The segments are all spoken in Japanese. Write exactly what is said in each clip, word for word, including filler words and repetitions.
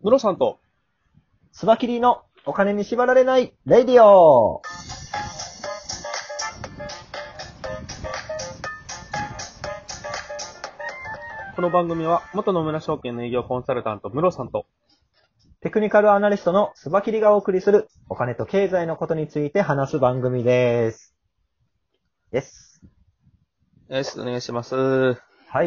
ムロさんと、 スバキリのお金に縛られないレディオ。 この番組は元野村証券の営業コンサルタントムロさんと、 テクニカルアナリストのスバキリがお送りするお金と経済のことについて話す番組です。です。 よろしくお願いします。はい。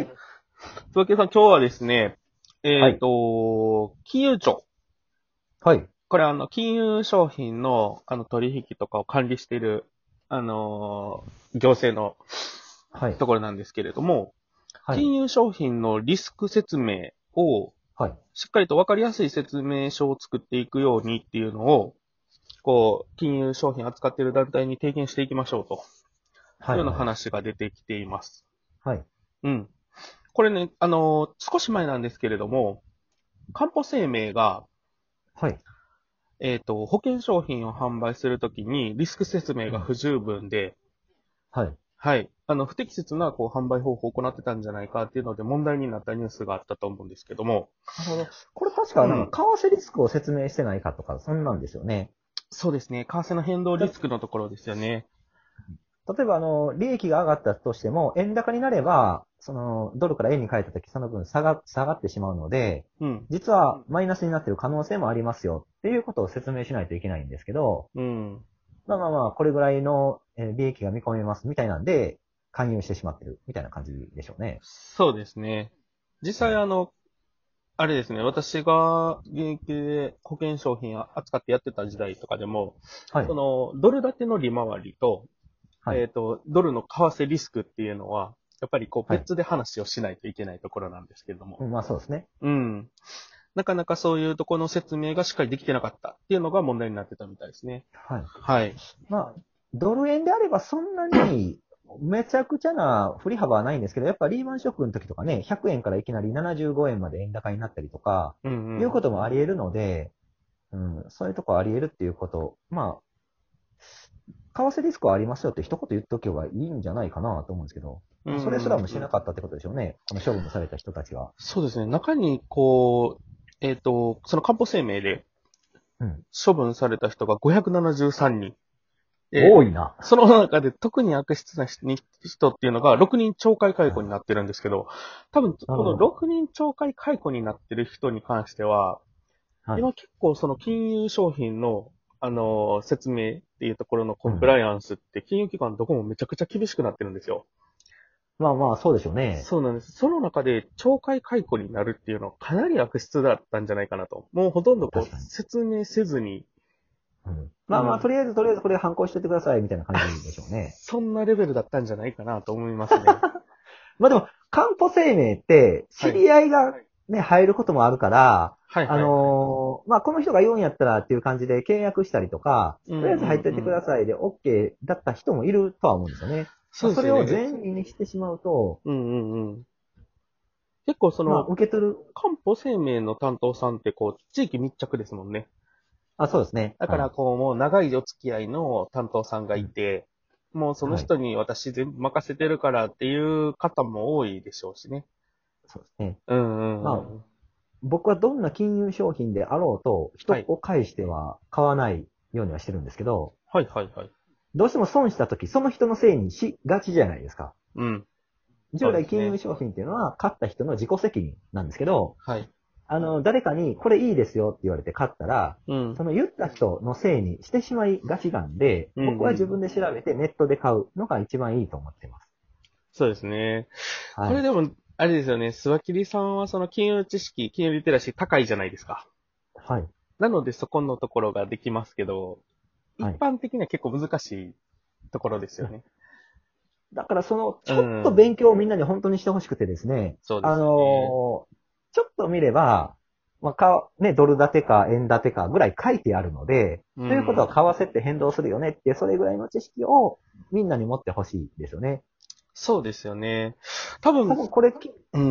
つばきさん、今日はですね、えっ、ー、と、はい、金融庁。 はい。 これあの、金融商品のあの取引とかを管理している、あのー、行政の、はい、ところなんですけれども、はい、金融商品のリスク説明を、はい、しっかりと分かりやすい説明書を作っていくようにっていうのを、こう、金融商品扱っている団体に提言していきましょうと。はい。いうような話が出てきています。はい。うん。これね、あのー、少し前なんですけれども、かんぽ生命が、はい。えっと、保険商品を販売するときにリスク説明が不十分で、はい。はい。あの、不適切な、こう、販売方法を行ってたんじゃないかっていうので問題になったニュースがあったと思うんですけども。 なるほど。これ確か、なんか、為替リスクを説明してないかとか、そんなんですよね。 そうですね。為替の変動リスクのところですよね。 例えば、あの、利益が上がったとしても、円高になれば、その、ドルから円に変えたとき、その分下が、下がってしまうので、うん、実はマイナスになっている可能性もありますよっていうことを説明しないといけないんですけど、うん、まあまあまあ、これぐらいの利益が見込めますみたいなんで、勧誘してしまってるみたいな感じでしょうね。 そうですね。実際、あの、あれですね、私が現役で保険商品扱ってやってた時代とかでも、はい、その、ドル建ての利回りと、はい、えっと、ドルの為替リスクっていうのは、やっぱりこう別で話をしないといけないところなんですけれども。 はい、まあそうですね。 うん。なかなかそういうところの説明がしっかりできてなかったっていうのが問題になってたみたいですね。 はい。はい。まあ、ドル円であればそんなにめちゃくちゃな振り幅はないんですけど、やっぱリーマンショックの時とかね、ひゃくえんからいきなりななじゅうごえんまで円高になったりとか、うんうん、いうこともあり得るので、うん、そういうとこあり得るっていうこと、まあ、為替リスクはありますよって一言言っとけばいいんじゃないかなと思うんですけど、うん、それすらもしなかったってことでしょうね。この処分された人たちは。 そうですね。中に、こう、えっ、ー、と、そのかんぽ生命で、処分された人がごひゃくななじゅうさんにん。 多いな。 その中で特に悪質な人っていうのがろくにん懲戒解雇になってるんですけど、多分このろくにん懲戒解雇になってる人に関しては、はい、今結構その金融商品の、あのー、説明っていうところのコンプライアンスって金融機関どこもめちゃくちゃ厳しくなってるんですよ。 まあまあそうでしょうね。 そうなんです。その中で懲戒解雇になるっていうのはかなり悪質だったんじゃないかなと。もうほとんどこう説明せずに、 うん、まあまあ、とりあえず、とりあえずこれ反抗しててください、みたいな感じでしょうね。 そんなレベルだったんじゃないかなと思いますね。 まあでも、かんぽ生命って、知り合いがね、はい、入ることもあるから、はいはいはい、あのー、まあこの人が言うんやったらっていう感じで契約したりとか、とりあえず入ってってくださいで OK だった人もいるとは思うんですよね。そうですね。それを全員にしてしまうと、うんうんうん。 結構その、まあ、受け取る。かんぽ生命の担当さんってこう、地域密着ですもんね。 あ、そうですね。 だからこう、はい、もう長いお付き合いの担当さんがいて、うん、もうその人に私全部任せてるからっていう方も多いでしょうしね。 そうですね。 うんうん、うん。まあ、 僕はどんな金融商品であろうと、人を介しては買わないようにはしてるんですけど、はいはいはい。どうしても損したとき、その人のせいにしがちじゃないですか。うん。従来金融商品っていうのは、買った人の自己責任なんですけど、はい。あの、誰かにこれいいですよって言われて買ったら、うん、その言った人のせいにしてしまいがちなんで、うんうん、僕は自分で調べてネットで買うのが一番いいと思ってます。 そうですね。はい、これでも、あれですよね、スワキリさんはその金融知識、金融リテラシー高いじゃないですか。はい。なのでそこのところができますけど、一般的には結構難しいところですよね。 だからその、ちょっと勉強をみんなに本当にしてほしくてですね。そうですね。あの、ちょっと見れば、まあ、か、ね、ドル建てか円建てかぐらい書いてあるので、ということは為替って変動するよねって、それぐらいの知識をみんなに持ってほしいですよね。 そうですよね。多分、 多分これ、うん。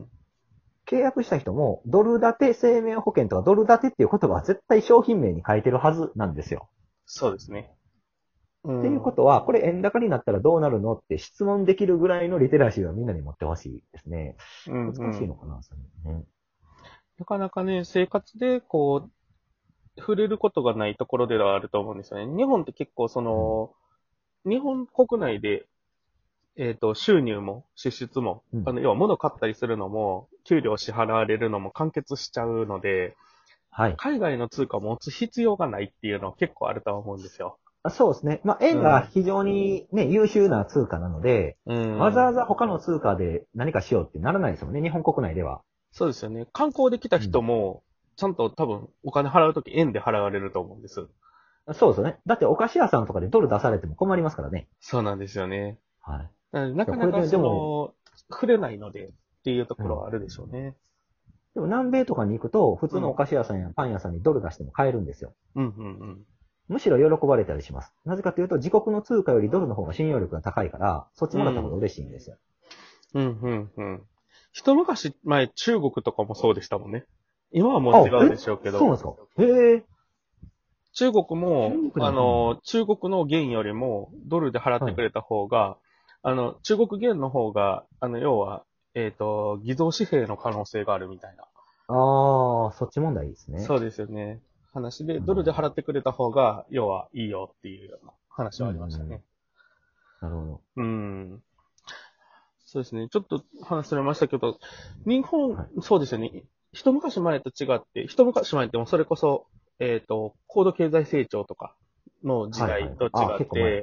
契約した人も、ドル建て生命保険とかドル建てっていう言葉は絶対商品名に書いてるはずなんですよ。 そうですね。 うん、っていうことは、これ円高になったらどうなるのって質問できるぐらいのリテラシーはみんなに持ってほしいですね。難しいのかな、それね。 なかなかね、生活でこう、触れることがないところではあると思うんですよね。日本って結構その、うん、日本国内で、えっ、ー、と、収入も支出も、うん、あの、要は物買ったりするのも、給料支払われるのも完結しちゃうので、はい。海外の通貨を持つ必要がないっていうのは結構あると思うんですよ。 そうですね。まあ、円が非常にね、うん、優秀な通貨なので、うん、わざわざ他の通貨で何かしようってならないですもんね、日本国内では。 そうですよね。観光で来た人も、ちゃんと多分お金払うとき円で払われると思うんです。 そうですよね。だってお菓子屋さんとかでドル出されても困りますからね。 そうなんですよね。はい。なかなかその、触れないのでっていうところはあるでしょうね。 でも南米とかに行くと、普通のお菓子屋さんやパン屋さんにドル出しても買えるんですよ。うんうんうん。むしろ喜ばれたりします。なぜかというと、自国の通貨よりドルの方が信用力が高いから、そっちもらった方が嬉しいんですよ。 うん、うん、うん。一昔前、中国とかもそうでしたもんね。今はもう違うでしょうけど。 そうなんですか。へえ。 中国も、あの、中国の元よりもドルで払ってくれた方が、はい、あの、中国元の方が、あの、要は、えっ、ー、と、偽造紙幣の可能性があるみたいな。 ああ、そっち問題ですね。 そうですよね。話で、ドルで払ってくれた方が、要はいいよっていうような話はありましたね。 うん、なるほど。 うん。そうですね。ちょっと話されましたけど、日本、はい、そうですよね。一昔前と違って、一昔前ってもそれこそ、えっ、ー、と、高度経済成長とかの時代と違って、はいはい、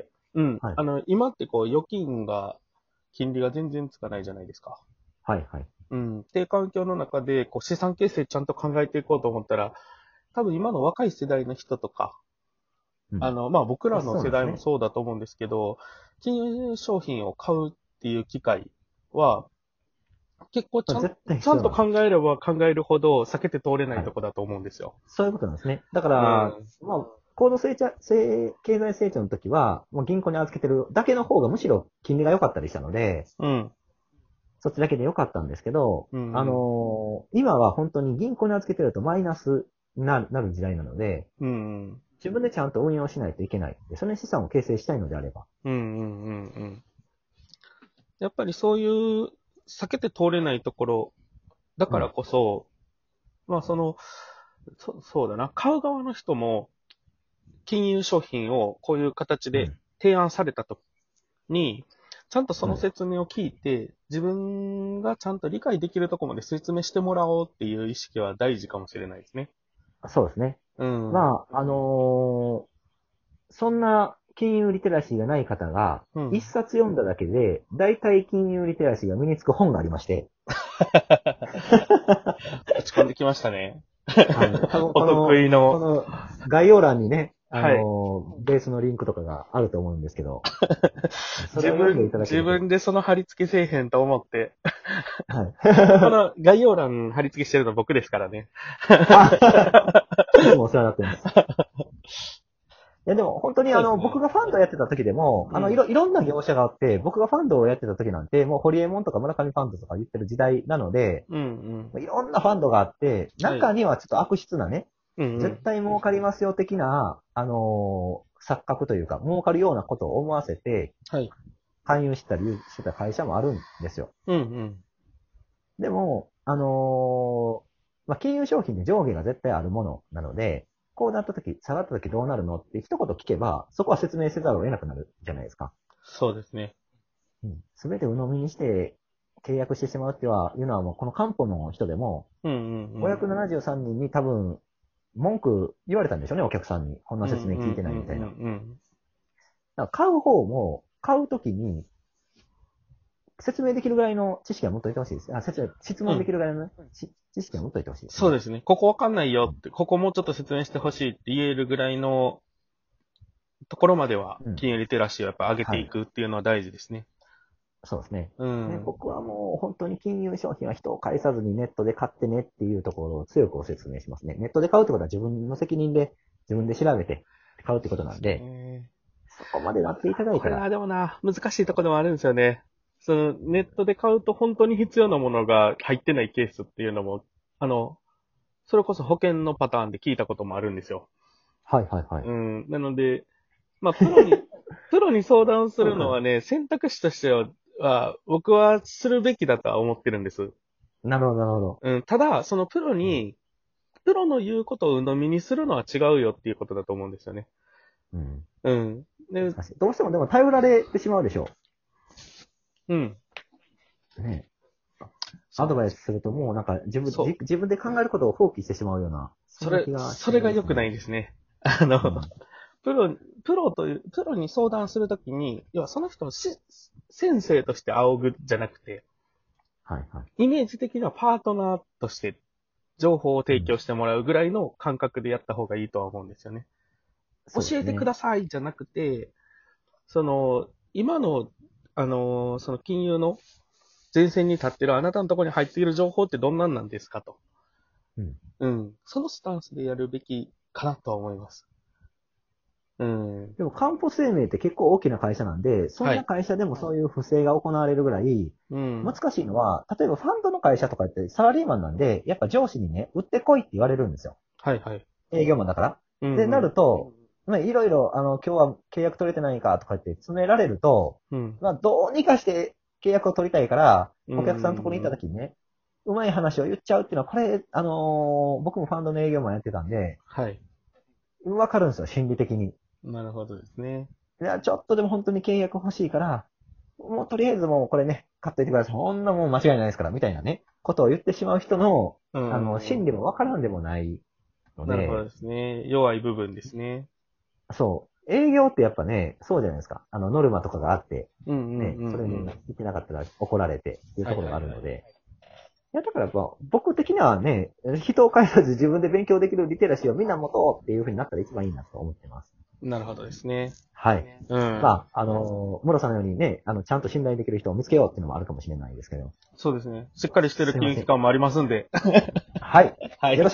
うん、はい。あの、今ってこう、預金が、金利が全然つかないじゃないですか。 はいはい。 うん。っていう環境の中で、こう、資産形成ちゃんと考えていこうと思ったら、多分今の若い世代の人とか、うん、あの、まあ、僕らの世代もそうだと思うんですけど、金融商品を買うっていう機会は、結構ちゃんちゃんと考えれば考えるほど避けて通れないとこだと思うんですよ。はい、 そういうことなんですね。だから、うん、まあ、高度成長、経済成長の時は、もう銀行に預けてるだけの方がむしろ金利が良かったりしたので、うん、そっちだけで良かったんですけど、うんうん、あのー、今は本当に銀行に預けてるとマイナスになる時代なので、うんうん、自分でちゃんと運用しないといけない。その資産を形成したいのであれば。うんうんうんうん、やっぱりそういう避けて通れないところだからこそ、うん、まあそのそ、そうだな、買う側の人も金融商品をこういう形で提案されたときに、うん、ちゃんとその説明を聞いて、うん、自分がちゃんと理解できるところまで説明してもらおうっていう意識は大事かもしれないですね。 そうですね。うん、まあ、あのー、そんな金融リテラシーがない方が、一冊読んだだけで、大体金融リテラシーが身につく本がありまして。 落ち込んできましたね。お得意の。 この概要欄にね、あのーはい、ベースのリンクとかがあると思うんですけど。 自分、自分でその貼り付けせえへんと思って。はい、この概要欄貼り付けしてるの僕ですからね。 いつもお世話になってます。いやでも本当にあの、ね、僕がファンドやってた時でも、うん、あのいろ、いろんな業者があって、僕がファンドをやってた時なんて、もうホリエモンとか村上ファンドとか言ってる時代なので、うんうん、いろんなファンドがあって、中にはちょっと悪質なね、はい、絶対儲かりますよ的な、あのー、錯覚というか、儲かるようなことを思わせて、はい、勧誘したりしてた会社もあるんですよ。うんうん、でも、あのー、まあ、金融商品で上下が絶対あるものなので、こうなった時、下がった時どうなるのって一言聞けば、そこは説明せざるを得なくなるじゃないですか。 そうですね。 すべて鵜呑みにして契約してしまうっていうのはもうこの漢方の人でも、ごひゃくななじゅうさんにんに多分文句言われたんでしょうね、お客さんに。こんな説明聞いてないみたいな。だから買う方も、買う時に、説明できるぐらいの知識は持っといてほしいです。あ、説明、質問できるぐらいの、うん、知識は持っといてほしいです、 ね。そうですね。ここわかんないよって、ここもうちょっと説明してほしいって言えるぐらいのところまでは、金融リテラシーをやっぱ上げていくっていうのは大事ですね。はい、 そうですね。うん、ね。僕はもう本当に金融商品は人を介さずにネットで買ってねっていうところを強くご説明しますね。ネットで買うってことは自分の責任で自分で調べて買うってことなんで、そこまでなっていただいたら。 これはでもな、難しいところでもあるんですよね。そのネットで買うと本当に必要なものが入ってないケースっていうのも、あの、それこそ保険のパターンで聞いたこともあるんですよ。 はいはいはい。 うん。なので、まあ、プロに、プロに相談するのはね、選択肢としては、は僕はするべきだとは思ってるんです。 なるほど、なるほど。 うん、ただ、そのプロに、プロの言うことを鵜呑みにするのは違うよっていうことだと思うんですよね。うん。うん。 で、どうしてもでも頼られてしまうでしょう。うん。 ね。アドバイスするともうなんか自分、自分で考えることを放棄してしまうような。 それ、それが良くないですね。あの、うん、プロ、プロという、プロに相談するときに、要はその人のし先生として仰ぐじゃなくて、はいはい。イメージ的にはパートナーとして情報を提供してもらうぐらいの感覚でやった方がいいとは思うんですよね。うん、教えてくださいじゃなくて、その、今の、あの、その金融の前線に立ってるあなたのところに入っている情報ってどんなんなんですかと。うん。うん。そのスタンスでやるべきかなとは思います。 うん。でも、かんぽ生命って結構大きな会社なんで、そんな会社でもそういう不正が行われるぐらい、難しいのは、例えばファンドの会社とかってサラリーマンなんで、やっぱ上司にね、売ってこいって言われるんですよ。 はいはい。 営業マンだから。うんうん、で、なると、まあ、いろいろ、あの、今日は契約取れてないかとか言って詰められると、うん、まあ、どうにかして契約を取りたいから、お客さんのところに行った時にね、うまい話を言っちゃうっていうのは、これ、あのー、僕もファンドの営業マンやってたんで、はい。わかるんですよ、心理的に。 なるほどですね。 いや、ちょっとでも本当に契約欲しいから、もうとりあえずもうこれね、買っといてください。そんなもん間違いないですから、みたいなね、ことを言ってしまう人の、あの、心理もわからんでもないので。 なるほどですね。弱い部分ですね。 そう。営業ってやっぱね、そうじゃないですか。あの、ノルマとかがあって、ね、それに言ってなかったら怒られてっていうところがあるので。いや、だからやっぱ、僕的にはね、人を介さず自分で勉強できるリテラシーをみんな持とうっていう風になったら一番いいなと思ってます。 なるほどですね。 はい。うん。まあ、あのー、室さんのようにね、あの、ちゃんと信頼できる人を見つけようっていうのもあるかもしれないですけど。 そうですね。しっかりしてる金融機関もありますんで。 はい。はい。よろしく